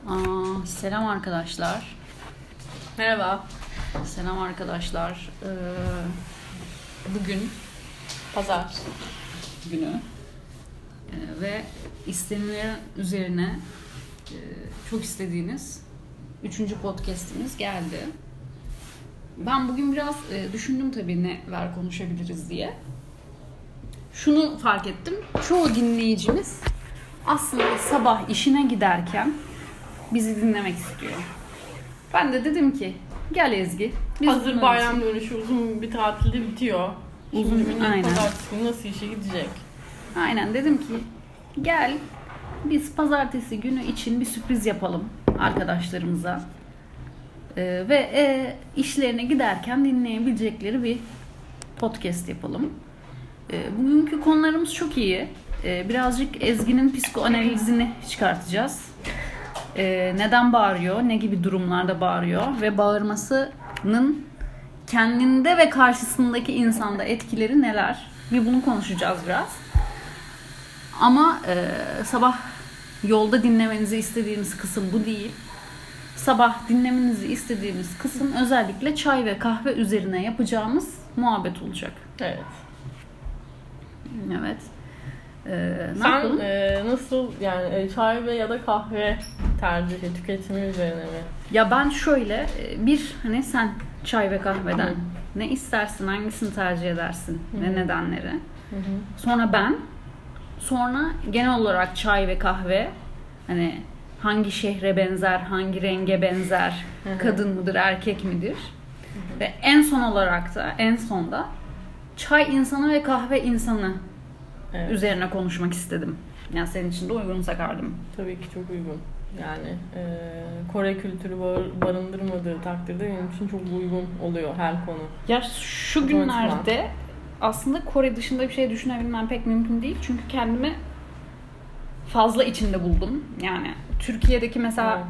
Selam arkadaşlar. Merhaba. Selam arkadaşlar. Bugün Pazar günü ve istenilerin üzerine çok istediğiniz 3. podcast'imiz geldi. Ben bugün biraz düşündüm tabii neler konuşabiliriz diye. Şunu fark ettim. Çoğu dinleyicimiz aslında sabah işine giderken bizi dinlemek istiyor. Ben de dedim ki gel Ezgi. hazır bayram dönüşü uzun bir tatilde bitiyor. Aynen. Pazartesi günü nasıl işe gidecek? Aynen dedim ki gel biz pazartesi günü için bir sürpriz yapalım arkadaşlarımıza. Ve işlerine giderken dinleyebilecekleri bir podcast yapalım. Bugünkü konularımız çok iyi. Birazcık Ezgi'nin psikoanalizini çıkartacağız. Neden bağırıyor, ne gibi durumlarda bağırıyor ve bağırmasının kendinde ve karşısındaki insanda etkileri neler? Bir bunu konuşacağız biraz. Ama sabah yolda dinlemenizi istediğimiz kısım bu değil. Sabah dinlemenizi istediğimiz kısım özellikle çay ve kahve üzerine yapacağımız muhabbet olacak. Evet. Evet. Sen nasıl yani çay ve ya da kahve tercihi, tüketimi üzerine mi? Ya ben şöyle hani sen çay ve kahveden ne istersin, hangisini tercih edersin ve nedenleri. Sonra ben, sonra genel olarak çay ve kahve hani hangi şehre benzer, hangi renge benzer, kadın mıdır, erkek midir? Ve en son olarak da en sonda çay insanı ve kahve insanı üzerine konuşmak istedim. Yani senin için de uygunsa kardım. Tabii ki çok uygun. Yani Kore kültürü barındırmadığı takdirde benim için çok uygun oluyor her konu. Ya şu günlerde aslında Kore dışında bir şey düşünebilmem pek mümkün değil. Çünkü kendimi fazla içinde buldum. Yani Türkiye'deki mesela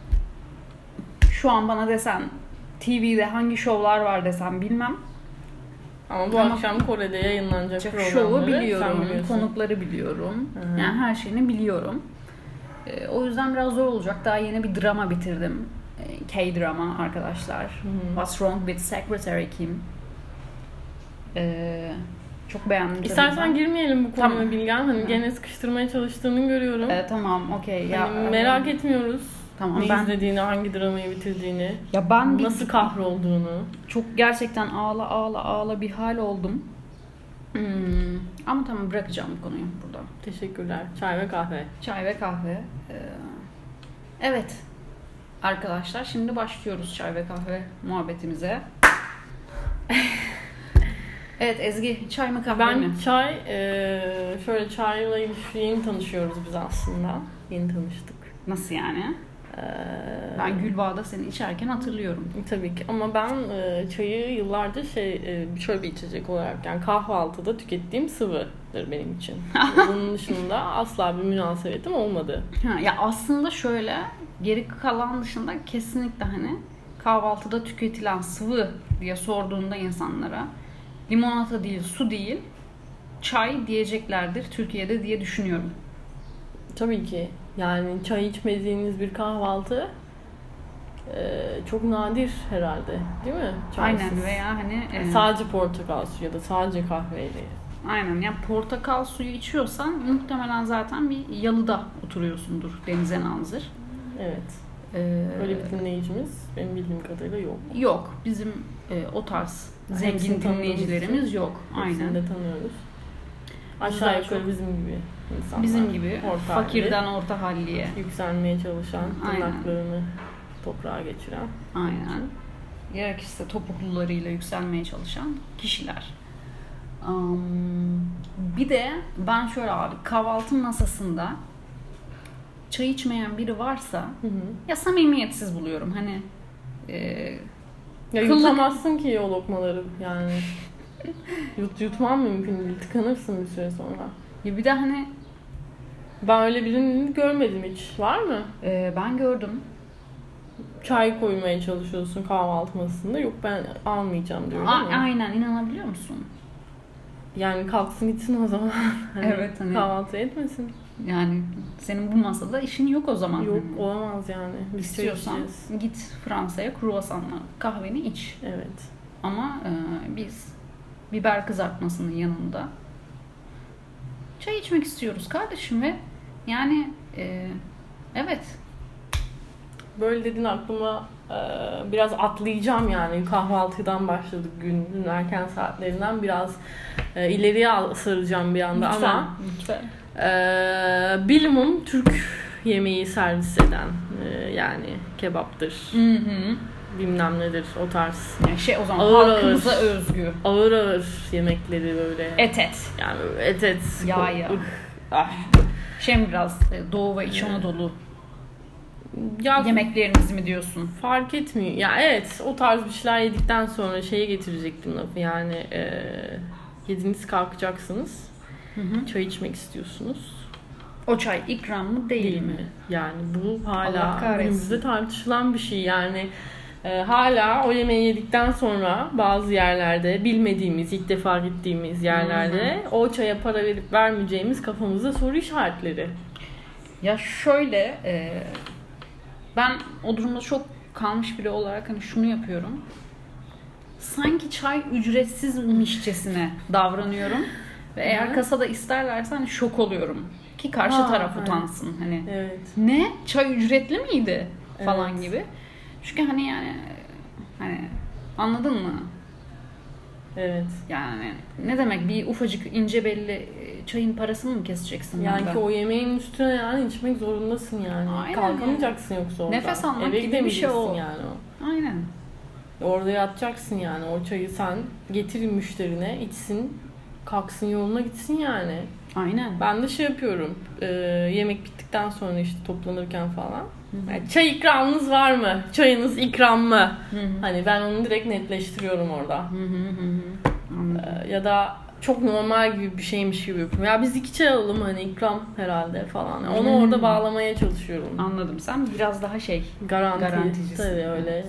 şu an bana desen TV'de hangi şovlar var desem bilmem. Ama bu akşam Kore'de yayınlanacak programları şovu biliyorum, konukları biliyorum. Yani her şeyini biliyorum. O yüzden biraz zor olacak. Daha yeni bir drama bitirdim. K-drama arkadaşlar. What's Wrong with Secretary Kim. Çok beğendim. İstersen girmeyelim bu konuya Bilgen. Hani gene sıkıştırmaya çalıştığını görüyorum. Tamam, okey. Hani merak etmiyoruz. Tamam, ne izlediğini, hangi dramayı bitirdiğini. Ya ben nasıl kahrolduğunu. Çok gerçekten ağla bir hal oldum. Ama tamam, bırakacağım bu konuyu burada. Teşekkürler. Çay ve kahve. Çay ve kahve. Evet. Arkadaşlar şimdi başlıyoruz çay ve kahve muhabbetimize. Evet Ezgi, çay mı kahve mi? Ben çay, şöyle çayla yeni tanışıyoruz biz aslında. Yeni tanıştık. Nasıl yani? Ben Gülbağ'da seni içerken hatırlıyorum. Tabii ki ama ben çayı yıllardır şöyle bir içecek olarak yani kahvaltıda tükettiğim sıvıdır benim için. Bunun dışında asla bir münasebetim olmadı. Ya aslında şöyle geri kalan dışında kesinlikle hani kahvaltıda tüketilen sıvı diye sorduğunda insanlara limonata değil, su değil, çay diyeceklerdir Türkiye'de diye düşünüyorum. Tabii ki. Yani çay içmediğiniz bir kahvaltı çok nadir herhalde, değil mi? Çaysız. Aynen veya hani sadece portakal suyu ya da sadece kahveyle. Aynen. Yani portakal suyu içiyorsan muhtemelen zaten bir yalıda oturuyorsundur denize nazır. Evet. Öyle bir dinleyicimiz benim bildiğim kadarıyla yok. Yok. Bizim o tarz zengin dinleyicilerimiz yok. Aynen. de tanıyoruz. Aşağı yukarı bizim gibi insanlar. Bizim gibi fakirden orta halliye yükselmeye çalışan, tırnaklarını toprağa geçiren. Aynen. Gerekirse topuklularıyla yükselmeye çalışan kişiler. Bir de ben şöyle abi kahvaltı masasında çay içmeyen biri varsa ya samimiyetsiz buluyorum. Hani ya yutamazsın ki o lokmaları yani. Yutman mümkün değil. Tıkanırsın bir süre sonra. Ya bir de hani ben öyle birini görmedim hiç. Var mı? Ben gördüm. Çay koymaya çalışıyorsun kahvaltı masasında. Yok ben almayacağım diyor. Aynen, inanabiliyor musun? Yani kalksın gitsin o zaman. Evet hani. Kahvaltı etmesin. Yani senin bu masada işin yok o zaman. Yok, olamaz yani. Biz İstiyorsan içeceğiz. git Fransa'ya kruvasanla kahveni iç. Evet. Ama biz biber kızartmasının yanında çay içmek istiyoruz kardeşim ve yani evet. Böyle dedin aklıma biraz atlayacağım yani. Kahvaltıdan başladık günün erken saatlerinden. Biraz ileriye saracağım bir anda Lütfen, ama lütfen. bilimum Türk yemeği servis eden yani kebaptır. Hı. Bilmem nedir o tarz. Yani o zaman Ağır halkımıza ağır. özgü. Ağır yemekleri böyle. Et. Yani et. Yağ. Ah. Biraz Doğu ve İç Anadolu Ya yemekleriniz mi diyorsun? fark etmiyor. Ya evet, o tarz bir şeyler yedikten sonra şeye getirecektim lafı. Yani yediniz kalkacaksınız. Hı. Çay içmek istiyorsunuz. O çay ikram mı değil mi? Yani bu Allah hala kahretsin. günümüzde tartışılan bir şey. Yani hala o yemeği yedikten sonra bazı yerlerde, bilmediğimiz, ilk defa gittiğimiz yerlerde o çaya para verip vermeyeceğimiz kafamızda soru işaretleri. Ya şöyle ben o durumda çok kalmış biri olarak hani şunu yapıyorum. Sanki çay ücretsizmişçesine davranıyorum. Ve eğer kasada isterlerse hani şok oluyorum. Ki karşı taraf utansın. Hani Evet. ne? Çay ücretli miydi? Falan Evet. gibi. Çünkü hani anladın mı? Evet. Yani ne demek bir ufacık ince belli çayın parasını mı keseceksin? Yani orada? ki o yemeğin üstüne yani içmek zorundasın yani. Aynen. Kalkamayacaksın yoksa orada. Nefes almak Eve gibi bir şey o. gidemeyeceksin yani o. Aynen. Orada yatacaksın yani. O çayı sen getir müşterine, içsin, kalksın yoluna gitsin yani. Aynen. Ben de şey yapıyorum. Yemek bittikten sonra işte toplanırken falan. Yani çay ikramınız var mı? Çayınız ikram mı? Hani ben onu direkt netleştiriyorum orada. Ya da çok normal gibi bir şeymiş gibi yapıyorum. Ya biz 2 çay alalım hani ikram herhalde falan. Onu orada bağlamaya çalışıyorum. Anladım. Sen biraz daha Garanticisin. Tabii öyle.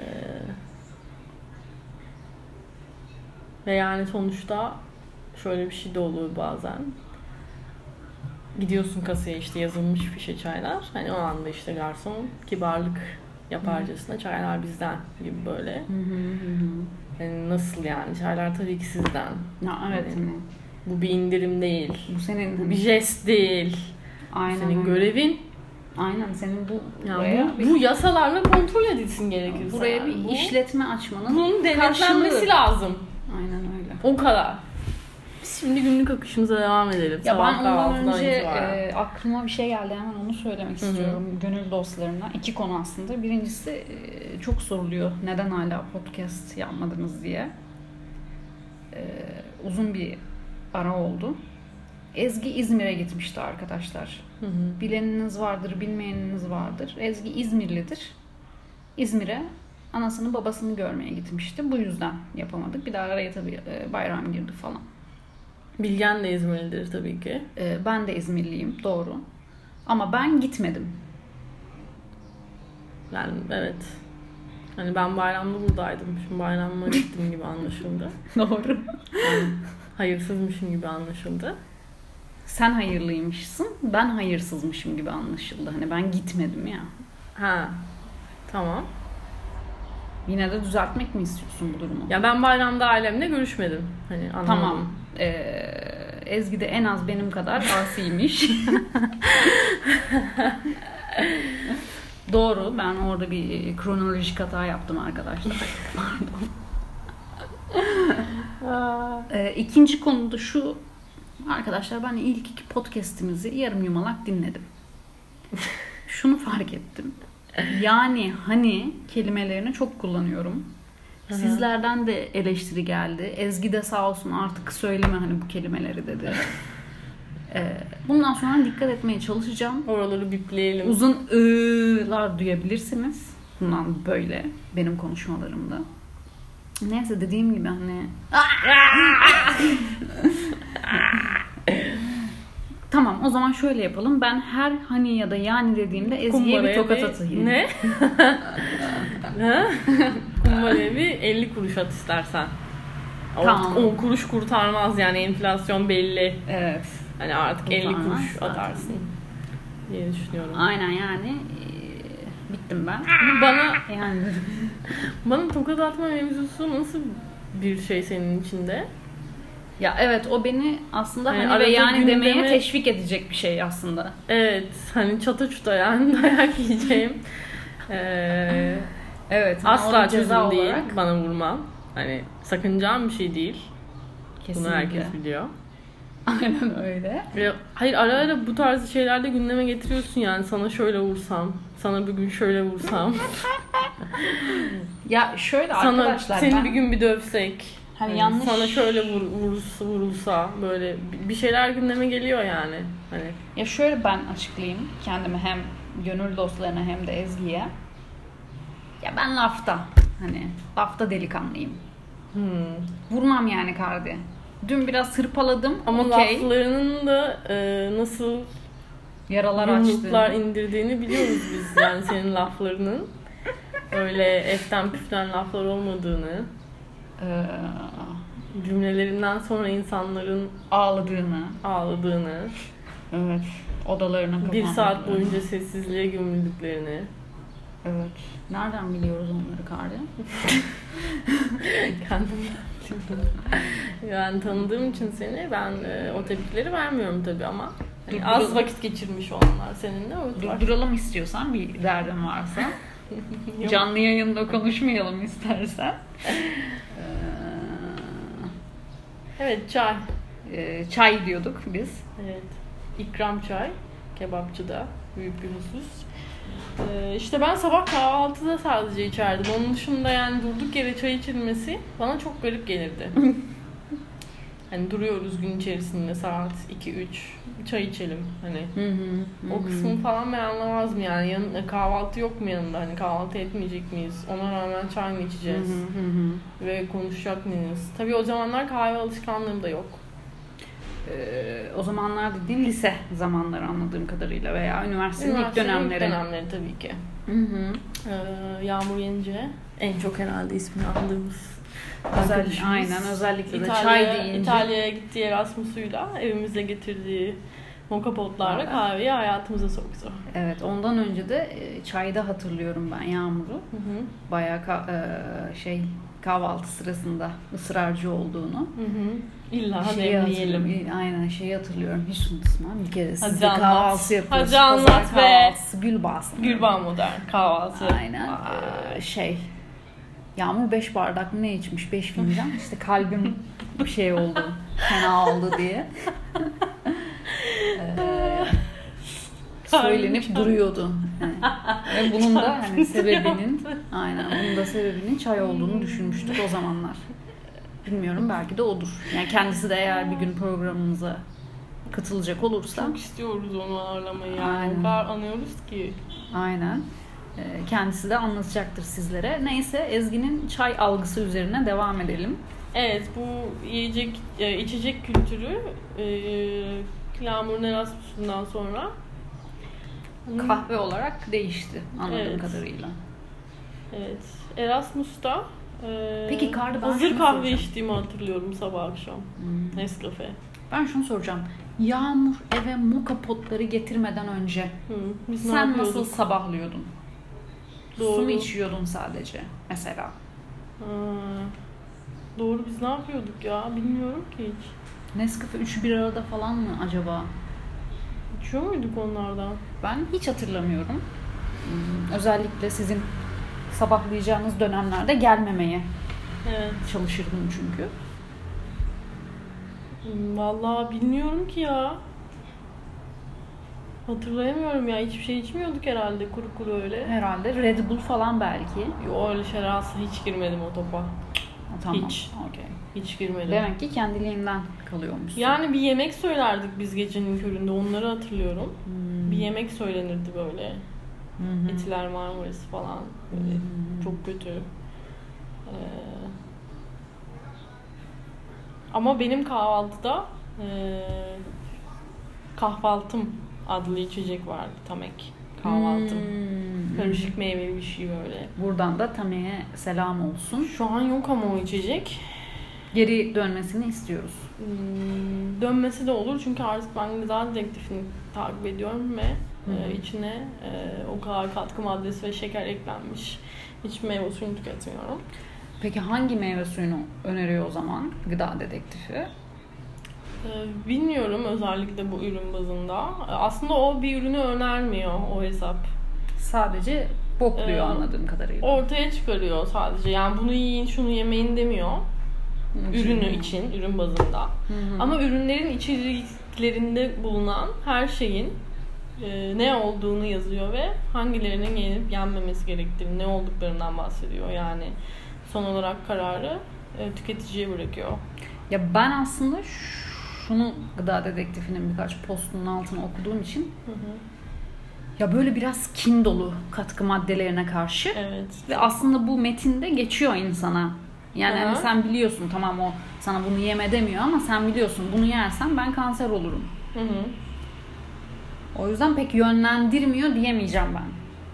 Ve yani sonuçta şöyle bir şey de oluyor bazen. Gidiyorsun kasaya işte yazılmış fişe çaylar. Hani o anda işte garson kibarlık yaparcasına çaylar bizden gibi böyle. Yani nasıl yani? Çaylar tabii ki sizden. Ya evet. Yani bu bir indirim değil. Bu senin Bu bir jest değil. aynen Senin öyle. görevin. Aynen senin bu Yani buraya bu yasalarla kontrol edilsin gerekirse. buraya yani. bir işletme açmanın bunun denetlenmesi karşılığı. lazım. Aynen öyle. O kadar. Biz şimdi günlük akışımıza devam edelim. Ya Sabah ben ondan kahvaltıdan önce itibaren. aklıma bir şey geldi, hemen onu söylemek istiyorum gönül dostlarına. 2 konu aslında. Birincisi çok soruluyor neden hala podcast yapmadınız diye. Uzun bir ara oldu. Ezgi İzmir'e gitmişti arkadaşlar. Bileniniz vardır, bilmeyeniniz vardır. Ezgi İzmirlidir. İzmir'e anasını babasını görmeye gitmişti. Bu yüzden yapamadık. Bir de araya tabii bayram girdi falan. Bilgen de İzmirlidir tabii ki. Ben de İzmirliyim, doğru. Ama ben gitmedim. Yani evet. Hani ben bayramda buradaydım. Şimdi bayramıma gittim gibi anlaşıldı. Doğru. Yani hayırsızmışım gibi anlaşıldı. Sen hayırlıymışsın, ben hayırsızmışım gibi anlaşıldı. Hani ben gitmedim ya. Ha. Tamam. Yine de düzeltmek mi istiyorsun bu durumu? Ya ben bayramda ailemle görüşmedim. Hani anlamadım. Tamam. Ezgi de en az benim kadar asiymiş. Doğru. Ben orada bir kronolojik hata yaptım arkadaşlar. Pardon. İkinci konu da şu. Arkadaşlar ben ilk 2 podcast'imizi yarım yamalak dinledim. Şunu fark ettim. Yani hani kelimelerini çok kullanıyorum. Sizlerden de eleştiri geldi. Ezgi de sağ olsun artık söyleme hani bu kelimeleri dedi. Bundan sonra dikkat etmeye çalışacağım. Oraları bipleyelim. Uzun ı'lar duyabilirsiniz. Bundan böyle benim konuşmalarımda. Neyse dediğim gibi hani tamam o zaman şöyle yapalım. Ben her hani ya da yani dediğimde Ezgi'ye bir tokat atayım. Ne? Kumbaraya bir 50 kuruş at istersen. Tamam. Artık 10 kuruş kurtarmaz yani enflasyon belli. Evet. Hani artık 50 Kurtarmaz kuruş zaten. atarsın diye düşünüyorum. Aynen yani bittim ben. Yani Bana tokat atma mevzusu nasıl bir şey senin içinde? ya evet, o beni aslında Yani hani ve arada yani demeye gündeme- teşvik edecek bir şey aslında. Evet, hani çata çuta yani dayak yiyeceğim. Evet. hani Asla onu ceza çözüm değil olarak bana vurman. Hani sakıncam bir şey değil. kesinlikle. Bunu herkes biliyor. Aynen öyle. Ve hayır, ara ara bu tarz şeylerde gündeme getiriyorsun yani, sana şöyle vursam, sana bir gün şöyle vursam, Ya şöyle sana arkadaşlar, seni ben bir gün bir dövsek, hani yanlış sana şöyle vurulsa, böyle bir şeyler gündeme geliyor yani. Hani ya şöyle ben açıklayayım kendimi hem gönül dostlarına hem de Ezgi'ye. Ya ben lafta delikanlıyım. Vurmam yani Kardi. Dün biraz hırpaladım ama okey. laflarının da nasıl Yaralar yumruklar açtı. indirdiğini biliyoruz biz yani senin laflarının. Öyle eften püften laflar olmadığını, cümlelerinden sonra insanların ağladığını, Evet. Odalarına bir saat kapandıklarını. boyunca sessizliğe gömüldüklerini. Evet. Nereden biliyoruz onları Kardi? Kendim yani tanıdığım için seni ben o tepkileri vermiyorum tabii ama hani az vakit geçirmiş olanlar seninle o var. Durduralım istiyorsan, bir derdin varsa. Yok. Canlı yayında konuşmayalım istersen. Evet, çay. Çay diyorduk biz. Evet. İkram çay. Kebapçıda. Büyük bir husus. İşte ben sabah kahvaltıda sadece içerdim. Onun dışında yani durduk yere çay içilmesi bana çok garip gelirdi. Hani duruyoruz gün içerisinde saat 2-3 çay içelim hani. O kısmını falan ben anlamazdım yani. Kahvaltı yok mu yanında? Hani kahvaltı etmeyecek miyiz? Ona rağmen çay mı içeceğiz? Ve konuşacak mıyız? Tabii o zamanlar kahve alışkanlığım da yok. O zamanlar dediğin lise zamanları anladığım kadarıyla veya üniversitenin ilk dönemleri. İlk dönemleri tabii ki. Yağmur Yenice en çok herhalde ismini andığımız arkadaşımız. Aynen, özellikle de çay deyince. İtalya'ya gittiği Erasmus'uyla evimize getirdiği moka potlarla kahveyi hayatımıza soktu. Evet, ondan önce de çayda hatırlıyorum ben Yağmur'u. Bayağı kahvaltı sırasında ısrarcı olduğunu. İlla demleyelim. Aynen, şeyi hatırlıyorum. Hiç unutmam. Bir kere siz de anlat. kahvaltı yapıyoruz. Hadi anlat be. Kahvaltısı Gülbağ sanırım. Gülbağ modern kahvaltı. Aynen. Yağmur 5 bardak mı ne içmiş? 5 fincan. İşte kalbim bir şey oldu. Fena oldu diye. Söylenip duruyordu. Ve bunun da hani sebebinin çay olduğunu düşünmüştük o zamanlar. Bilmiyorum, belki de odur. Yani kendisi de eğer bir gün programımıza katılacak olursa. Çok istiyoruz onu ağırlamayı yani. Aynen. O kadar anıyoruz ki. Aynen. Kendisi de anlatacaktır sizlere. Neyse, Ezgi'nin çay algısı üzerine devam edelim. Evet, bu içecek kültürü Yağmur'un Erasmus'undan sonra Kahve olarak değişti anladığım kadarıyla. Evet. Erasmus'ta Peki Kardi, ben hazır şunu kahve soracağım. içtiğimi hatırlıyorum sabah akşam. Nescafe. Ben şunu soracağım. Yağmur eve moka potları getirmeden önce Biz ne sen yapıyorduk? nasıl sabahlıyordun? Doğru. Su mu içiyordun sadece mesela? Doğru, biz ne yapıyorduk ya? Bilmiyorum ki hiç. Nescafe 3'ü bir arada falan mı acaba? İçiyor muyduk onlardan? Ben hiç hatırlamıyorum. Özellikle sizin sabahlayacağınız dönemlerde gelmemeye çalışırdım çünkü. Vallahi bilmiyorum ki ya. Hatırlayamıyorum ya. Hiçbir şey içmiyorduk herhalde, kuru kuru öyle. Herhalde Red Bull falan belki. Yo, öyle şeyler aslında hiç girmedim o topa. Tamam. Hiç. Okay. Hiç girmedim. Demek ki kendiliğinden kalıyormuşsun. Yani bir yemek söylerdik biz gecenin köründe, onları hatırlıyorum. Bir yemek söylenirdi böyle. Etiler Marmaris falan. Böyle çok kötü. Ama benim kahvaltıda kahvaltım adlı içecek vardı. Tamek kahvaltım. Karışık meyveli bir şey böyle. Buradan da Tame'ye selam olsun. Şu an yok ama o içecek. Geri dönmesini istiyoruz. Dönmesi de olur çünkü artık ben gıda dedektifini takip ediyorum ve içine o kadar katkı maddesi ve şeker eklenmiş hiç meyve suyunu tüketmiyorum. Peki hangi meyve suyunu öneriyor o zaman gıda dedektifi? Bilmiyorum özellikle bu ürün bazında. Aslında o bir ürünü önermiyor o hesap. Sadece bokluyor anladığım kadarıyla. Ortaya çıkarıyor sadece. Yani bunu yiyin, şunu yemeyin demiyor. Ürünü için, ürün bazında. Ama ürünlerin içeriklerinde bulunan her şeyin ne olduğunu yazıyor ve hangilerinin yenip yenmemesi gerektiğini, ne olduklarından bahsediyor. Yani son olarak kararı tüketiciye bırakıyor. Ya ben aslında şunu gıda dedektifinin birkaç postunun altına okuduğum için ya böyle biraz kin dolu katkı maddelerine karşı. Evet. Ve aslında bu metinde geçiyor insana. Yani hani sen biliyorsun, tamam o sana bunu yeme demiyor ama sen biliyorsun bunu yersen ben kanser olurum. O yüzden pek yönlendirmiyor diyemeyeceğim ben.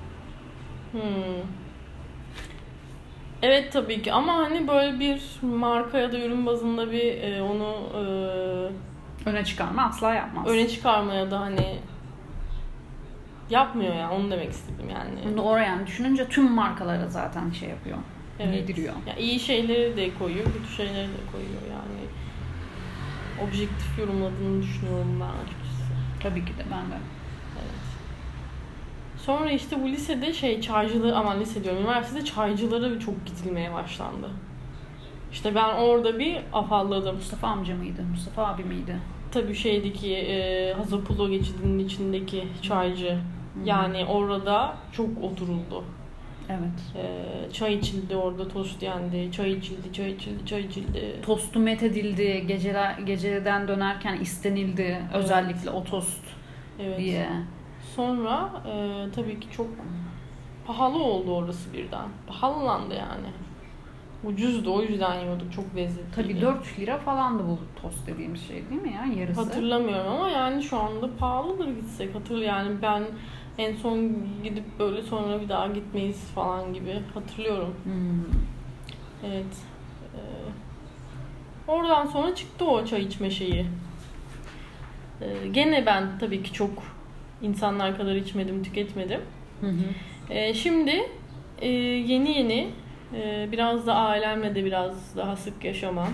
Evet tabii ki ama hani böyle bir marka ya da ürün bazında bir onu öne çıkarma asla yapmaz. Öne çıkarmaya da hani yapmıyor yani, onu demek istedim yani. Doğru, yani düşününce tüm markalara zaten şey yapıyor. Evet. Yediriyor. Ya iyi şeyleri de koyuyor, kötü şeyleri de koyuyor yani. Objektif yorumladığını düşünüyorum ben açıkçası. Tabii ki de, ben de. Evet. Sonra işte bu lisede çaycılığı, lise diyorum, üniversitede çaycılara çok gidilmeye başlandı. İşte ben orada bir afalladım. Mustafa amca mıydı? Mustafa abi miydi? Tabii Hazopulo geçidinin içindeki çaycı. Yani orada çok oturuldu. Evet. Çay içildi orada, tost yendi, çay içildi. Tostu methedildi, geceden dönerken istenildi, evet. Özellikle o tost diye. Sonra tabii ki çok pahalı oldu orası birden. Pahalılandı yani. Ucuzdu, o yüzden yiyorduk, çok lezzetli. Tabii 4 lira falandı bu tost dediğimiz şey, değil mi ya, yarısı? Hatırlamıyorum ama yani şu anda pahalıdır gitsek. Yani ben en son gidip böyle sonra bir daha gitmeyiz falan gibi hatırlıyorum. Evet. Oradan sonra çıktı o çay içme şeyi. Gene ben tabii ki çok insanlar kadar içmedim, tüketmedim. Şimdi yeni biraz da ailemle de biraz daha sık yaşamam,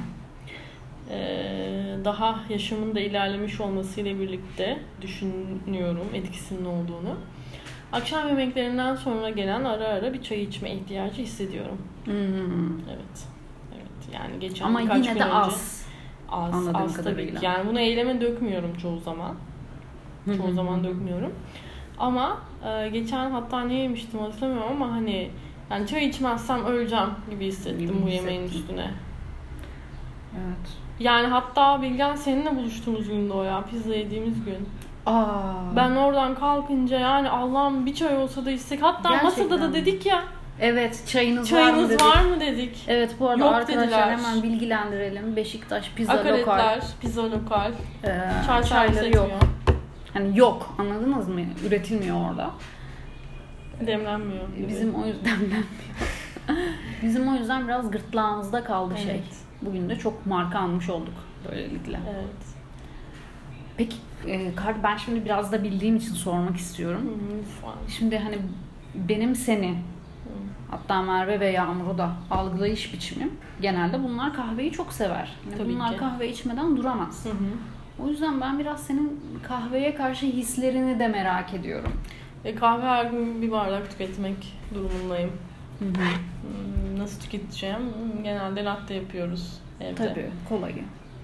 daha yaşamın da ilerlemiş olmasıyla birlikte düşünüyorum etkisinin olduğunu. Akşam yemeklerinden sonra gelen ara bir çay içme ihtiyacı hissediyorum. Evet. Yani geçen ama birkaç yine gün de önce az tabii ki. Yani bunu eyleme dökmüyorum çoğu zaman. Çoğu zaman dökmüyorum. Ama geçen hatta ne yemiştim hatırlamıyorum ama hani yani çay içmezsem öleceğim gibi hissettim bu yemeğin üstüne. Evet. Yani hatta Bilgen seninle buluştuğumuz gündü o ya, pizza yediğimiz gün. Ben oradan kalkınca yani Allah'ım bir çay olsa da içsek. Hatta gerçekten masada da dedik ya. Evet, çayınız var mı dedik. Evet, bu arada yok arkadaşlar dediler. Hemen bilgilendirelim. Beşiktaş pizza lokal. Pizza lokal. Çayları yok. Hani yok, anladınız mı? Üretilmiyor orada. Demlenmiyor gibi. Bizim o yüzden biraz gırtlağımızda kaldı şey. Bugün de çok marka almış olduk böylelikle. Evet. Peki ben şimdi biraz da bildiğim için sormak istiyorum. Şimdi hani benim seni, hatta Merve ve Yağmur'u da algılayış biçimim genelde bunlar kahveyi çok sever. Yani bunlar kahve içmeden duramaz. O yüzden ben biraz senin kahveye karşı hislerini de merak ediyorum. Kahve her gün bir bardak tüketmek durumundayım. Nasıl tüketeceğim? Genelde latte yapıyoruz evde. Tabii, kolayı.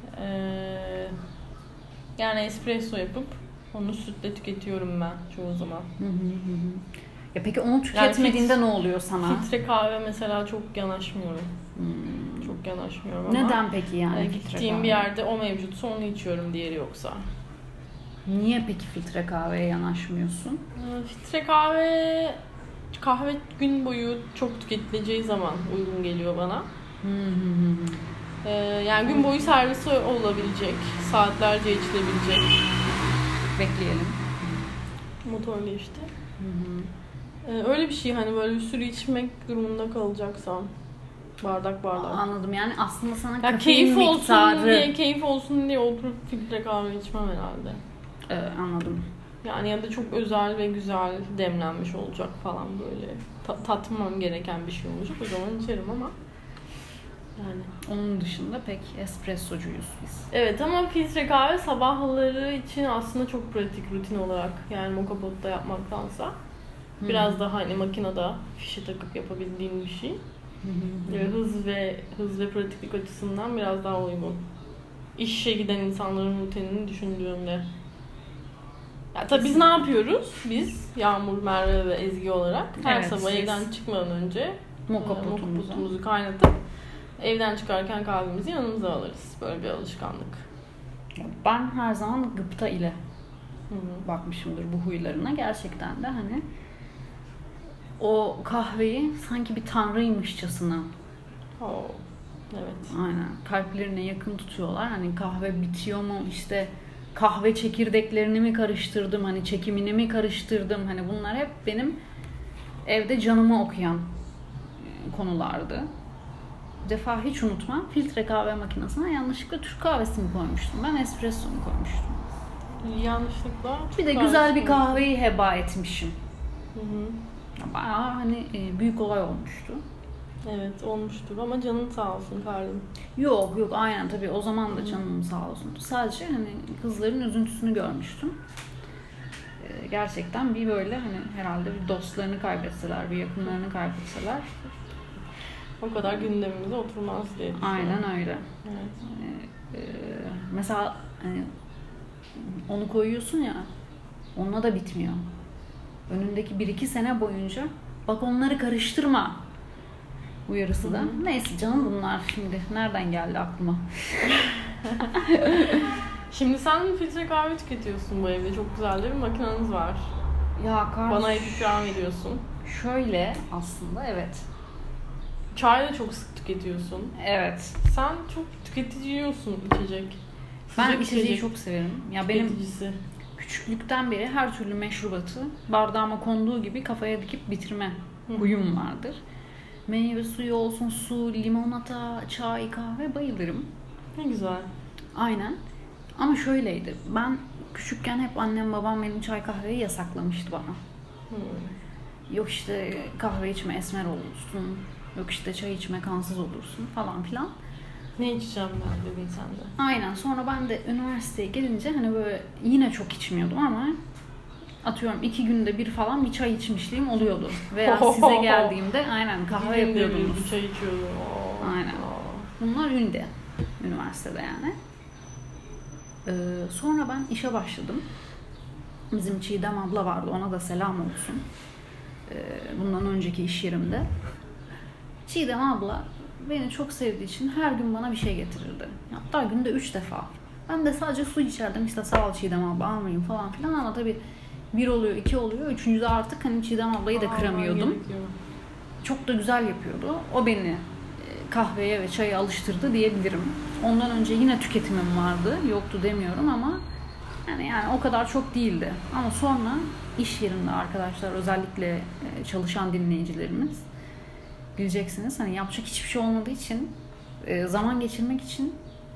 Yani espresso yapıp onu sütle tüketiyorum ben çoğu zaman. Ya peki onu tüketmediğinde yani ne oluyor sana? Filtre kahve mesela çok yanaşmıyorum. Çok yanaşmıyorum ama. Neden peki yani? Gittiğim bir yerde o mevcutsa onu içiyorum, diğeri yoksa. Niye peki filtre kahveye yanaşmıyorsun? Filtre kahve gün boyu çok tüketileceği zaman uygun geliyor bana. Yani gün boyu servisi olabilecek, saatlerce içilebilecek. Bekleyelim. Motorlu işte. Öyle bir şey, hani böyle bir sürü içmek durumunda kalacaksam Bardak. Anladım, yani aslında sana Ya kafein keyif miktarı... keyif olsun diye oturup filtre kahve içmem herhalde. Anladım. Yani ya da çok özel ve güzel demlenmiş olacak falan böyle. Tatmam gereken bir şey olacak. O zaman içerim ama yani. Onun dışında pek espressocuyuz biz. Evet, ama filtre kahve sabahları için aslında çok pratik rutin olarak. Yani moka potta yapmaktansa. Biraz daha hani makinede fişe takıp yapabildiğim bir şey. Hız ve pratiklik açısından biraz daha uygun. İşe giden insanların rutinini düşündüğümde. Ya tabii biz ne yapıyoruz? Biz Yağmur, Merve ve Ezgi olarak her sabah evden çıkmadan önce moka potumuzu kaynatıp evden çıkarken kahvemizi yanımıza alırız. Böyle bir alışkanlık. Ben her zaman gıpta ile bakmışımdır bu huylarına. Gerçekten de hani o kahveyi sanki bir tanrıymışçasına. Evet. Aynen. Kalplerine yakın tutuyorlar. Hani kahve bitiyor mu, işte kahve çekirdeklerini mi karıştırdım, hani çekimini mi karıştırdım, hani bunlar hep benim evde canımı okuyan konulardı. Bir defa hiç unutmam, filtre kahve makinesine yanlışlıkla Türk kahvesini koymuştum. Ben espresso'nu koymuştum. Yanlışlıkla. Bir de güzel bir kahveyi heba etmişim. Bayağı hani büyük olay olmuştu. Evet, olmuştur ama canın sağ olsun Karlım. Yok aynen, tabii o zaman da canım sağ olsun. Sadece hani kızların üzüntüsünü görmüştüm. Gerçekten bir böyle hani herhalde bir dostlarını kaybetseler, bir yakınlarını kaybetseler. O kadar gündemimize oturmaz diye düşünüyorum. Aynen öyle. Evet. Mesela hani onu koyuyorsun ya, onunla da bitmiyor. Önündeki 1-2 sene boyunca bak onları karıştırma uyarısı da. Neyse canım, bunlar şimdi nereden geldi aklıma? Şimdi sen filtre kahve tüketiyorsun bu evde. Çok güzel de bir makineniz var. Ya bana ikram ediyorsun. Şöyle aslında evet. Çay da çok sık tüketiyorsun. Evet. Sen çok tüketiciyorsun içecek. Ben içeceği çok severim. Ya benim tüketicisi. Küçüklükten beri her türlü meşrubatı bardağıma konduğu gibi kafaya dikip bitirme huyum vardır. Meyve suyu olsun, su, limonata, çay, kahve bayılırım. Ne güzel. Aynen. Ama şöyleydi. Ben küçükken hep annem babam benim çay kahveyi yasaklamıştı bana. Yok işte kahve içme esmer olursun. Yok işte çay içme kansız olursun falan filan. Ne içeceğim ben dedin sen de. Aynen. Sonra ben de üniversiteye gelince hani böyle yine çok içmiyordum ama atıyorum 2 günde bir falan bir çay içmişliğim oluyordu. Veya size geldiğimde aynen kahve yapıyordunuz. Bir çay içiyordum. Aynen. Bunlar ünde. Üniversitede yani. Sonra ben işe başladım. Bizim Çiğdem abla vardı. Ona da selam olsun. Bundan önceki iş yerimde. Çiğdem abla beni çok sevdiği için her gün bana bir şey getirirdi. Hatta günde 3 defa. Ben de sadece su içerdim. İşte sağ ol Çiğdem abla, almayayım falan filan, ama tabii 1 oluyor, 2 oluyor. 3.'de artık hani Çiğdem ablayı da kıramıyordum. Çok da güzel yapıyordu. O beni kahveye ve çaya alıştırdı diyebilirim. Ondan önce yine tüketimim vardı. Yoktu demiyorum ama yani o kadar çok değildi. Ama sonra iş yerinde arkadaşlar, özellikle çalışan dinleyicilerimiz bileceksiniz. Hani yapacak hiçbir şey olmadığı için zaman geçirmek için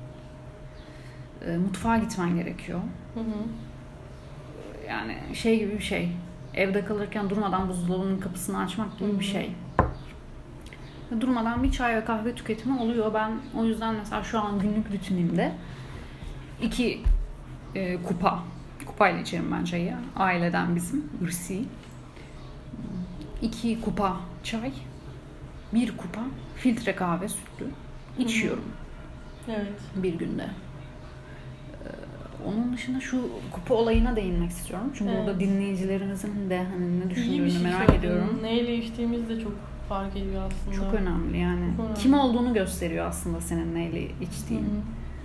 mutfağa gitmen gerekiyor. Yani şey gibi bir şey. Evde kalırken durmadan buzdolabının kapısını açmak gibi bir şey. Durmadan bir çay ve kahve tüketimi oluyor. Ben o yüzden mesela şu an günlük rutinimde 2 kupayla içerim ben çayı. Aileden bizim ırsi. 2 kupa çay, 1 kupa filtre kahve sütlü içiyorum. Evet. Bir günde. Onun dışında şu kupa olayına değinmek istiyorum. Çünkü burada dinleyicilerimizin de hani ne düşündüğünü merak ediyorum. Neyle içtiğimiz de çok fark ediyor aslında. Çok önemli yani. Çok önemli. Kim olduğunu gösteriyor aslında senin neyle içtiğin.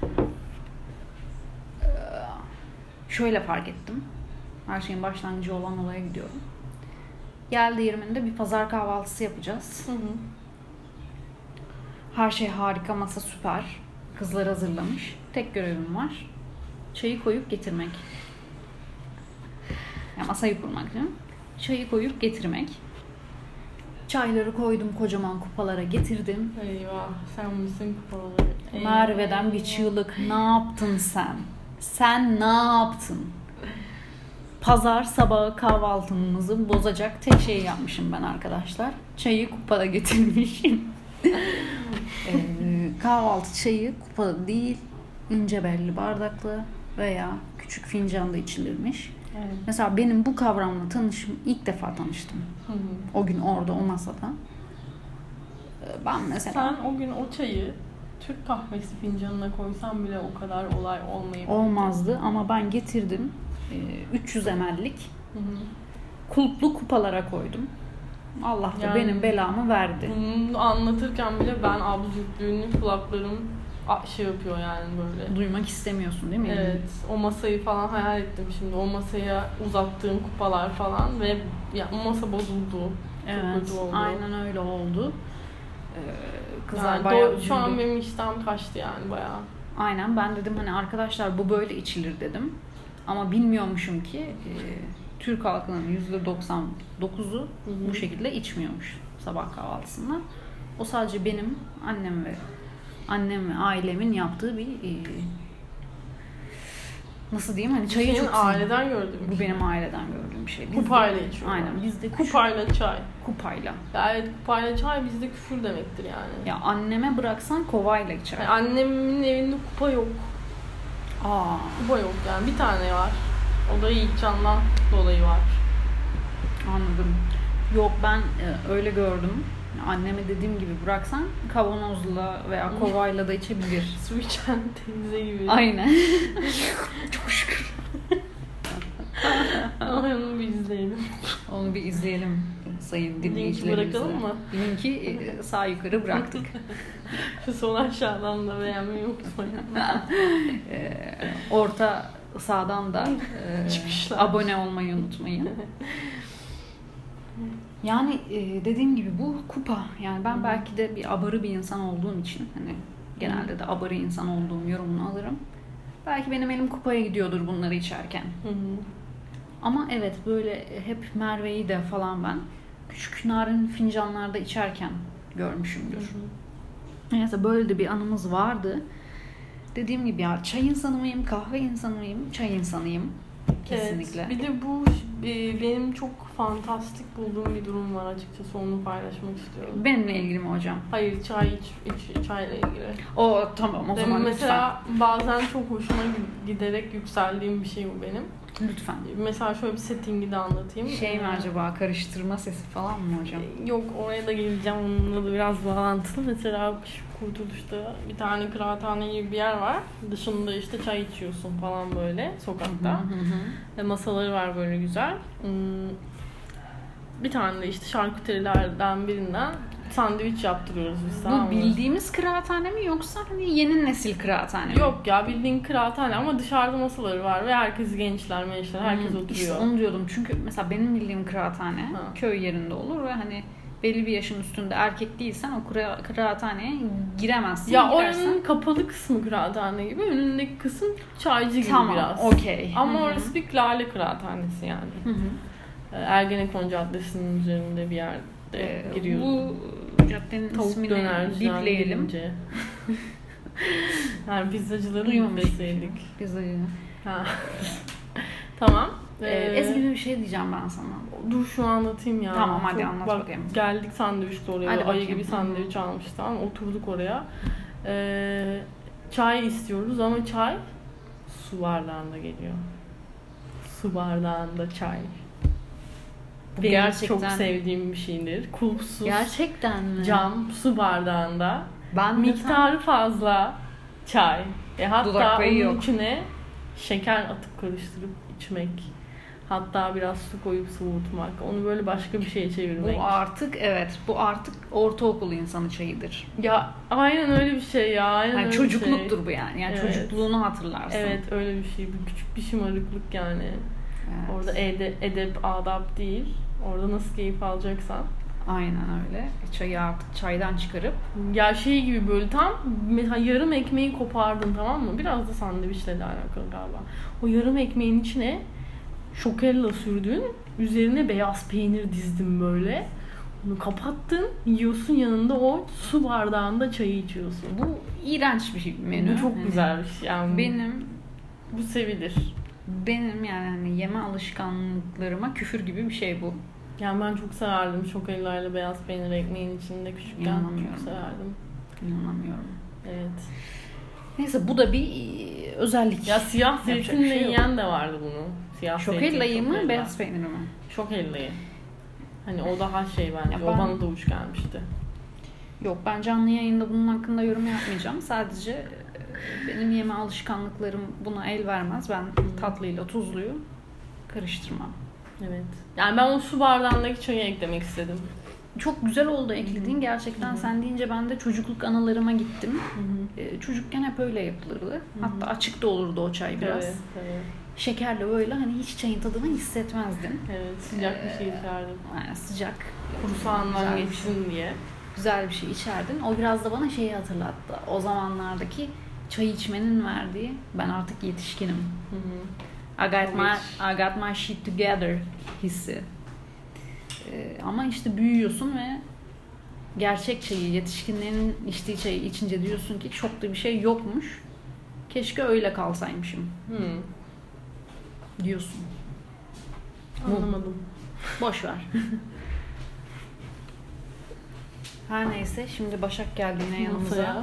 Şöyle fark ettim. Her şeyin başlangıcı olan olaya gidiyorum. Geldi 20'inde bir pazar kahvaltısı yapacağız. Her şey harika, masa süper. Kızlar hazırlamış. Tek görevim var. Çayı koyup getirmek. Yani masayı kurmak değil mi? Çayı koyup getirmek. Çayları koydum, kocaman kupalara getirdim. Eyvah, sen misin kupaları? Merve'den bir çığlık. Ne yaptın sen? Sen ne yaptın? Pazar sabahı kahvaltımızı bozacak tek şey yapmışım ben arkadaşlar. Çayı kupada getirmişim. Kahvaltı çayı kupada değil, ince belli bardaklı veya küçük fincanda içilirmiş. Evet. Mesela benim bu kavramla ilk defa tanıştım. Hı-hı. O gün orada, o masada. Ben mesela... Sen o gün o çayı Türk kahvesi fincanına koysan bile o kadar olay olmayabilirdi. Olmazdı ama ben getirdim. 300 ml'lik Hı-hı. kulplu kupalara koydum. Allah da Yani benim belamı verdi. Bunu anlatırken bile ben absürtlüğünü kulaklarım şey yapıyor yani böyle. Duymak istemiyorsun değil mi? Evet. O masayı falan hayal ettim şimdi. O masaya uzattığım kupalar falan ve ya, o masa bozuldu. Evet. Çok kötü oldu. Aynen öyle oldu. Kızlar Yani bayağı şu an üzüldü. benim iştahım kaçtı yani bayağı. Aynen, ben dedim hani arkadaşlar bu böyle içilir dedim. Ama bilmiyormuşum ki Türk halkının %99'u bu şekilde içmiyormuş sabah kahvaltısında. O sadece benim annem ve ailemin yaptığı bir nasıl diyeyim, hani çayı Senin çok aileden gördüğüm bu benim aileden gördüğüm bir şey. Bizde, kupayla içiyorlar. aynen bizde Kupayla çay. kupayla. Ya evet, kupayla çay bizde küfür demektir yani. Ya anneme bıraksan kovayla içer. Yani annemin evinde kupa yok. Aa, Kupa yok yani, bir tane var. O da Yiğitcan'dan dolayı var. anladım. Yok, ben öyle gördüm. Anneme dediğim gibi bıraksan kavanozla veya kovayla da içebilir. Su içen teyze gibi. Aynen. Çok şükür. Onu bir izleyelim. Onu bir izleyelim sayın Linki dinleyicilerimize. bırakalım mı? Linki sağ yukarı bıraktık. Şu son aşağıdan da beğenmeyi unutmayın. Orta sağdan da Çıkışlar. abone olmayı unutmayın. Yani dediğim gibi bu kupa. Yani ben belki de bir abarı bir insan olduğum için, hani genelde de abarı insan olduğum yorumunu alırım. Belki benim elim kupaya gidiyordur bunları içerken. Ama evet, böyle hep Merve'yi de falan ben küçük narin fincanlarda içerken görmüşümdür. Neyse, böyle de bir anımız vardı. Dediğim gibi ya, çay insanı mıyım, kahve insanı mıyım, çay insanıyım. Kesinlikle. Evet, bir de bu benim çok fantastik bulduğum bir durum var açıkçası, onu paylaşmak istiyorum. Benimle ilgili mi hocam? Hayır, çayla ilgili. O tamam, o zaman mesela bazen çok hoşuma giderek yükseldiğim bir şey bu benim. lütfen. Mesela şöyle bir settingi de anlatayım. Şey mi acaba, karıştırma sesi falan mı hocam? Yok, oraya da geleceğim, onunla da biraz bağlantılı. Mesela şu Kurtuluş'ta bir tane kıraathane gibi bir yer var. Dışında işte çay içiyorsun falan böyle sokakta. Ve masaları var böyle güzel. Bir tane de işte şarküterilerden birinden sandviç yaptırıyoruz biz. Bu bildiğimiz kıraathane mi yoksa hani yeni nesil kıraathane mi? Yok ya, bildiğin kıraathane ama dışarıda masaları var ve herkes gençler, herkes oturuyor. İşte onu diyordum, çünkü mesela benim bildiğim kıraathane köy yerinde olur ve hani belli bir yaşın üstünde erkek değilsen o kıraathaneye giremezsin. Ya gidersen. oranın kapalı kısmı kıraathane gibi, önündeki kısım çaycı gibi biraz. Tamam, okey. Ama orası bir lale kıraathanesi yani. Ergenekon Caddesi'nin üzerinde bir yerde giriyorsun. Bu caddenin Tavuk ismini dönerciden bipleyelim. girince. Yani pizzacıları Duymamış. bipleseydik. Pizzayı. Tamam. Ezgi, bir şey diyeceğim ben sana. Dur şu anlatayım ya. Tamam, hadi anlat bak, bakayım. Geldik sandviçte oraya. Hadi Ayı bakayım. gibi sandviç almıştık, tamam. Oturduk oraya. Çay istiyoruz ama çay su bardağında geliyor. Su bardağında çay. Bu Benim gerçekten çok sevdiğim bir şeydir. Kulpsuz, gerçekten mi? cam su bardağında Ben miktarı fazla çay. Hatta Dudak payı onun yok. içine şeker atıp karıştırıp içmek. Hatta biraz su koyup soğutmak. Onu böyle başka bir şeye çevirmek. Bu artık ortaokul insanı çayıdır. Ya aynen öyle bir şey ya. Aynen Yani öyle çocukluktur bir şey. bu yani. Yani Evet. çocukluğunu hatırlarsın. Evet, öyle bir şey. Bu küçük bir şımarıklık yani. Evet. Orada edep, adap değil. Orada nasıl keyif alacaksan. Aynen öyle. Çayı artık çaydan çıkarıp Ya şey gibi böyle tam mesela yarım ekmeği kopardın, tamam mı? Biraz da sandviçle de alakalı galiba. O yarım ekmeğin içine şokella sürdün. Üzerine beyaz peynir dizdim böyle. Bunu kapattın, yiyorsun, yanında o su bardağında çayı içiyorsun. Bu iğrenç bir menü. Bu çok güzel bir şey. Yani bu sevilir. Benim yani hani yeme alışkanlıklarıma küfür gibi bir şey bu. Yani ben çok severdim şokellayla beyaz peynir ekmeğin içinde küçükken. Çok severdim. İnanamıyorum. Evet. Neyse bu da bir özellik. Ya siyah zeytinle şey yiyen de vardı bunu. Siyah şokellayı mı, beyaz peyniri mi? Şokellayı. Hani o daha şey bence. O bana da uç gelmişti. Yok, ben canlı yayında bunun hakkında yorum yapmayacağım. Sadece benim yeme alışkanlıklarım buna el vermez. Ben tatlıyla tuzluyu karıştırmam. Evet. Yani ben o su bardağındaki çayı eklemek istedim. Çok güzel oldu eklediğin. Gerçekten sen deyince ben de çocukluk anılarıma gittim. Çocukken hep öyle yapılırdı. Hatta açık da olurdu o çay biraz. Evet, evet. Şekerle böyle hani hiç çayın tadını hissetmezdin. Evet, sıcak bir şey içerdim. Yani sıcak. Kursağından geçsin diye. Güzel bir şey içerdin. O biraz da bana şeyi hatırlattı. O zamanlardaki çay içmenin verdiği, ben artık yetişkinim. I got my shit together hissi. Ama işte büyüyorsun ve gerçek çayı, yetişkinlerin içtiği çayı içince diyorsun ki çok da bir şey yokmuş. Keşke öyle kalsaymışım. Diyorsun. Anlamadım. Boş ver. Her neyse, şimdi Başak geldi yine yanımıza.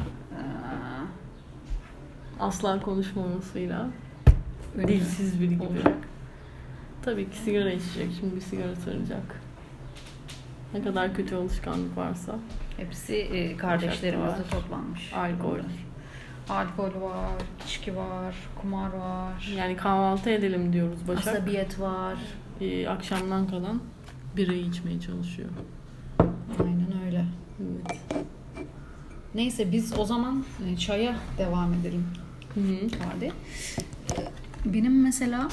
Asla konuşmamasıyla. Dilsiz biri gibi. Olacak. Tabii ki sigara içecek. Şimdi bir sigara saracak. Ne kadar kötü alışkanlık varsa. Hepsi kardeşlerimizle toplanmış. Alkol var, içki var, kumar var. Yani kahvaltı edelim diyoruz Başak. Asabiyet var. Akşamdan kalan birayı içmeye çalışıyor. Aynen öyle. Evet. Neyse biz o zaman çaya devam edelim. Hadi. Benim mesela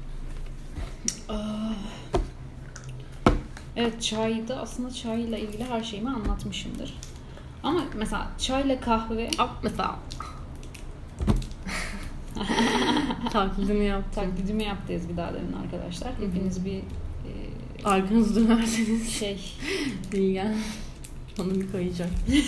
evet, çayda aslında çayla ilgili her şeyimi anlatmışımdır. Ama mesela çayla kahve mesela Taklidimi yaptım. Taklidimi yaptı Ezgi daha demin arkadaşlar. Hepiniz bir arkanızı dönerseniz şey Bilgen onu bir koyacak.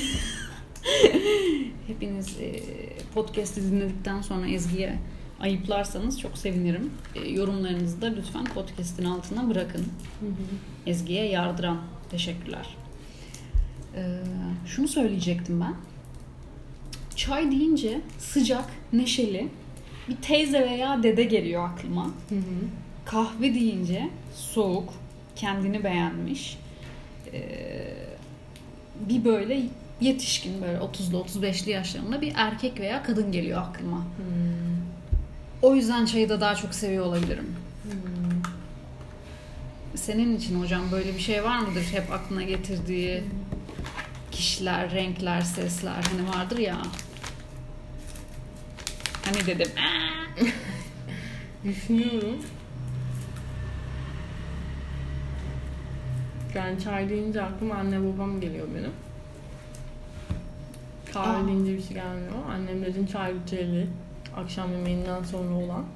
Hepiniz podcast'i dinledikten sonra Ezgi'ye ayıplarsanız çok sevinirim. Yorumlarınızı da lütfen podcast'in altına bırakın. Ezgi'ye yardıran. Teşekkürler. Şunu söyleyecektim ben. Çay deyince sıcak, neşeli bir teyze veya dede geliyor aklıma. Kahve deyince soğuk, kendini beğenmiş. Bir böyle yetişkin, böyle 30'lu 35'li yaşlarında bir erkek veya kadın geliyor aklıma. O yüzden çayı da daha çok seviyor olabilirim. Senin için hocam böyle bir şey var mıdır? Hep aklına getirdiği kişiler, renkler, sesler hani vardır ya. Hani dedim. Düşünüyorum. Yani çay deyince aklıma anne babam geliyor benim. Kahve deyince bir şey gelmiyor. Annemlerin çay ritüeli akşam yemeğinden sonra olan.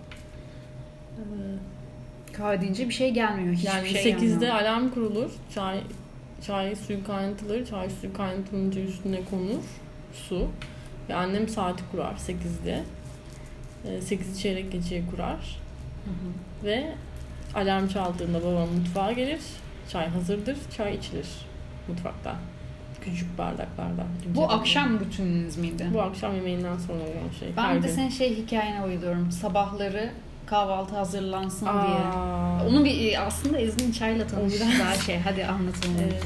Kahve deyince bir şey gelmiyor. Hiçbir yani şey 8'de gelmiyor. Alarm kurulur. Çay suyu kaynatılır. Çay suyu kaynatılınca üstüne konur su. Ve annem saati kurar 8'de. 8 çeyrek geçeye kurar. Ve alarm çaldığında babam mutfağa gelir. Çay hazırdır. Çay içilir mutfakta. Küçük bardaklarda. Bu akşam rutininiz miydi? Bu akşam yemeğinden sonra olan şey. Ben de senin hikayene uyduruyorum. Sabahları kahvaltı hazırlansın diye. Onu bir aslında Ezgi'nin çayla tanıştığı şey. Hadi anlatalım. Evet.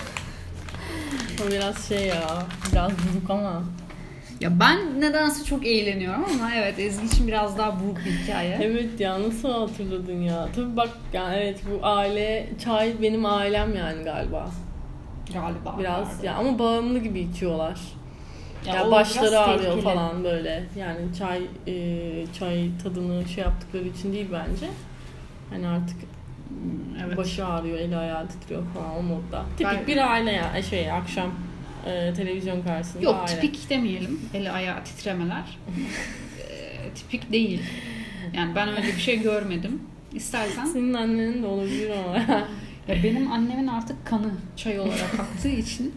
O biraz biraz buruk ama. Ya ben nedense çok eğleniyorum ama evet, Ezgi için biraz daha buruk bir hikaye. Evet ya, nasıl hatırladın ya? Tabii bak yani evet, bu aile, çay benim ailem yani galiba. Biraz ya, ama bağımlı gibi içiyorlar. Ya başları ağrıyor falan böyle. Yani çay tadını yaptıkları için değil bence. Hani artık başı ağrıyor, eli ayağı titriyor falan o modda. Tipik bir aile ya. Akşam televizyon karşısında Yok, aile. tipik demeyelim. Eli ayağı titremeler. Tipik değil. Yani ben öyle bir şey görmedim. İstersen. Senin annenin de olabilir ama. Ya benim annemin artık kanı çay olarak aktığı için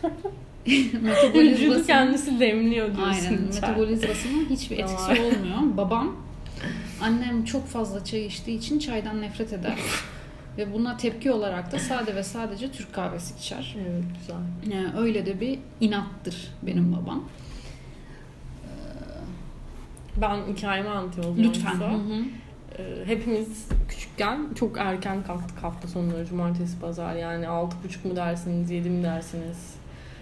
Vücudu kendisi demliyor diyorsun. Aynen. Metabolizmasının hiçbir etkisi olmuyor. Babam, annem çok fazla çay içtiği için çaydan nefret eder. Ve buna tepki olarak da sade ve sadece Türk kahvesi içer. Evet, güzel. Yani öyle de bir inattır benim babam. Ben hikayemi anlatıyorum o zaman. Lütfen. Hepimiz küçükken çok erken kalktık hafta sonları, cumartesi, pazar. Yani 6.30 mu dersiniz, 7 mi dersiniz?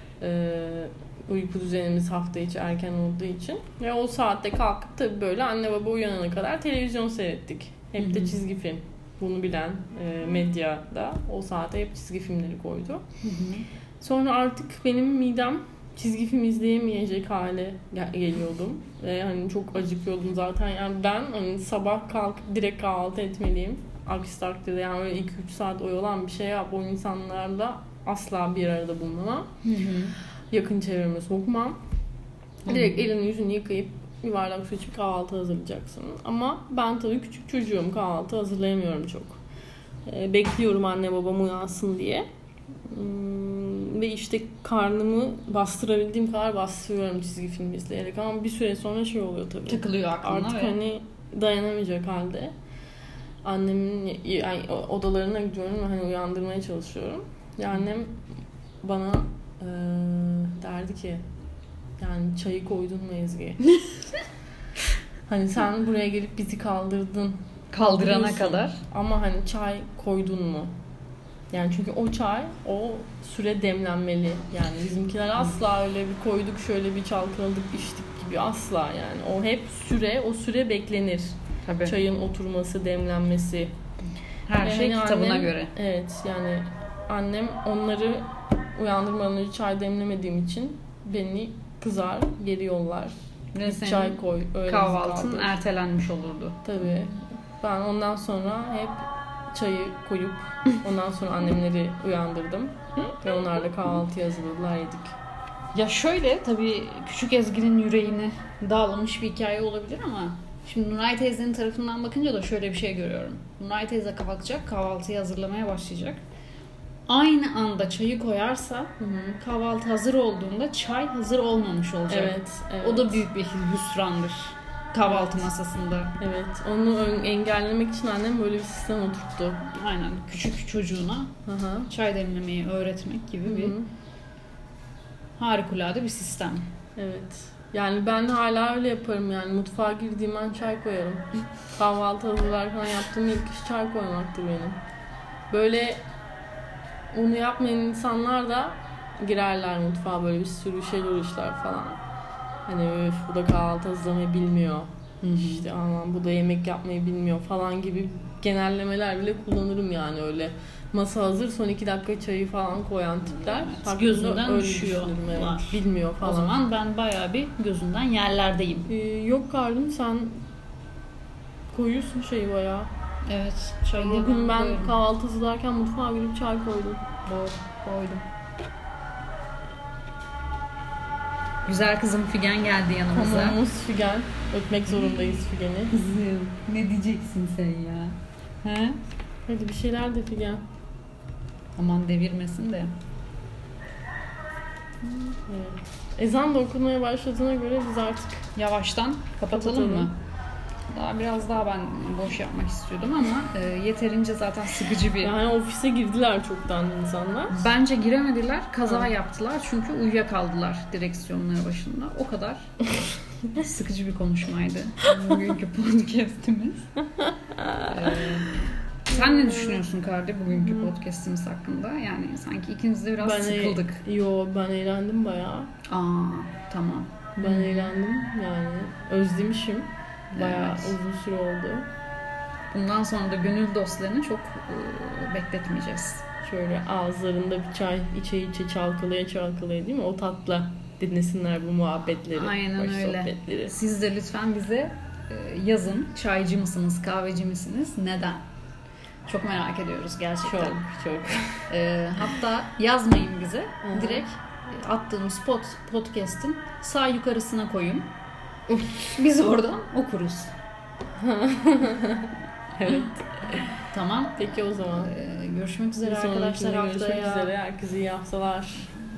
Uyku düzenimiz hafta içi erken olduğu için. Ve o saatte kalkıp tabii böyle anne baba uyanana kadar televizyon seyrettik. Hep de çizgi film. Bunu bilen medyada o saate hep çizgi filmleri koydu. Sonra artık benim midem çizgi film izleyemeyecek hale geliyordum. Ve hani çok acıkıyordum zaten. Yani ben hani sabah kalkıp direkt kahvaltı etmeliyim. Aksi takdirde yani öyle 2-3 saat oyalan bir şey yap. O insanlarla asla bir arada bulunmam. Yakın çevreme sokmam. Direkt elini yüzünü yıkayıp bir bardak su içip kahvaltı hazırlayacaksın. Ama ben tabii küçük çocuğum. Kahvaltı hazırlayamıyorum çok. Bekliyorum anne babam uyansın diye. Ve işte karnımı bastırabildiğim kadar bastırıyorum çizgi film izleyerek. Ama bir süre sonra şey oluyor tabii. Takılıyor aklına. Artık hani dayanamayacak halde. Annemin yani odalarına gidiyorum ve hani uyandırmaya çalışıyorum. Yani annem bana derdi ki yani çayı koydun mu Ezgi? Hani sen buraya gelip bizi kaldırdın. Kaldırana kadar. Ama hani çay koydun mu? Yani çünkü o çay o süre demlenmeli. Yani bizimkiler asla öyle bir koyduk şöyle bir çalkaladık içtik gibi asla yani. O hep o süre beklenir. Tabii. Çayın oturması, demlenmesi. Her şey yani kitabına göre. Evet yani annem onları uyandırmadan önce çay demlemediğim için beni kızar, geri yollar. Ve Çay koy. Öyle kahvaltın ertelenmiş olurdu. Tabii. Ben ondan sonra hep çayı koyup ondan sonra annemleri uyandırdım. Ve onlarla kahvaltı hazırladılar, yedik. Ya şöyle tabii küçük Ezgi'nin yüreğini dağlamış bir hikaye olabilir ama şimdi Nuray teyzenin tarafından bakınca da şöyle bir şey görüyorum. Nuray teyze kalkacak, kahvaltıyı hazırlamaya başlayacak. Aynı anda çayı koyarsa kahvaltı hazır olduğunda çay hazır olmamış olacak. Evet, evet. O da büyük bir hüsrandır kahvaltı masasında. Evet. Onu engellemek için annem böyle bir sistem oturttu. Aynen. Küçük çocuğuna çay demlemeyi öğretmek gibi bir harikulade bir sistem. Evet. Yani ben hala öyle yaparım yani. Mutfağa girdiğim an çay koyarım. Kahvaltı hazırlarken yaptığım ilk iş çay koymaktır benim. Böyle onu yapmayan insanlar da girerler mutfağa böyle bir sürü şeyler işler falan. Hani bu da kahvaltı hazırlamayı bilmiyor. İşte aman bu da yemek yapmayı bilmiyor falan gibi genellemeler bile kullanırım yani öyle. Masa hazır son 2 dakika çayı falan koyan tipler. Evet, gözünden düşüyor. Evet. Bilmiyor falan. O zaman ben bayağı bir gözünden yerlerdeyim. Yok kardeşim sen koyuyorsun şeyi bayağı. Evet. Çayı bugün ben kahvaltı hazırlarken mutfağa girip çay koydum. Doğru. Koydum. Güzel kızım Figen geldi yanımıza. Konuğumuz Figen. Öpmek zorundayız Figen'i. Kızım ne diyeceksin sen ya? He? Hadi bir şeyler de Figen. Aman devirmesin de. Evet. Ezan da okunmaya başladığına göre biz artık yavaştan kapatalım mı? Biraz daha ben boş yapmak istiyordum ama yeterince zaten sıkıcı bir... Yani ofise girdiler çoktan insanlar. Bence giremediler, kaza yaptılar çünkü uyuyakaldılar direksiyonları başında. O kadar sıkıcı bir konuşmaydı bugünkü podcast'imiz. Sen ne düşünüyorsun Kardi bugünkü podcast'imiz hakkında? Yani sanki ikimiz de biraz sıkıldık. Ben eğlendim bayağı. Tamam. Ben eğlendim yani özlemişim. Bayağı uzun süre oldu. Bundan sonra da gönül dostlarını çok bekletmeyeceğiz. Şöyle ağızlarında bir çay içe çalkalaya değil mi? O tatla dinlesinler bu muhabbetleri. Aynen öyle. Sohbetleri. Siz de lütfen bize yazın. Çaycı mısınız, kahveci misiniz? Neden? Çok merak ediyoruz gerçekten. Çok. Hatta yazmayın bize. Direkt attığımız podcast'in sağ yukarısına koyun. Biz oradan okuruz. Evet. Tamam. Peki o zaman. Görüşmek üzere Bir sonrakinde arkadaşlar haftaya. Görüşmek üzere. Herkese iyi haftalar.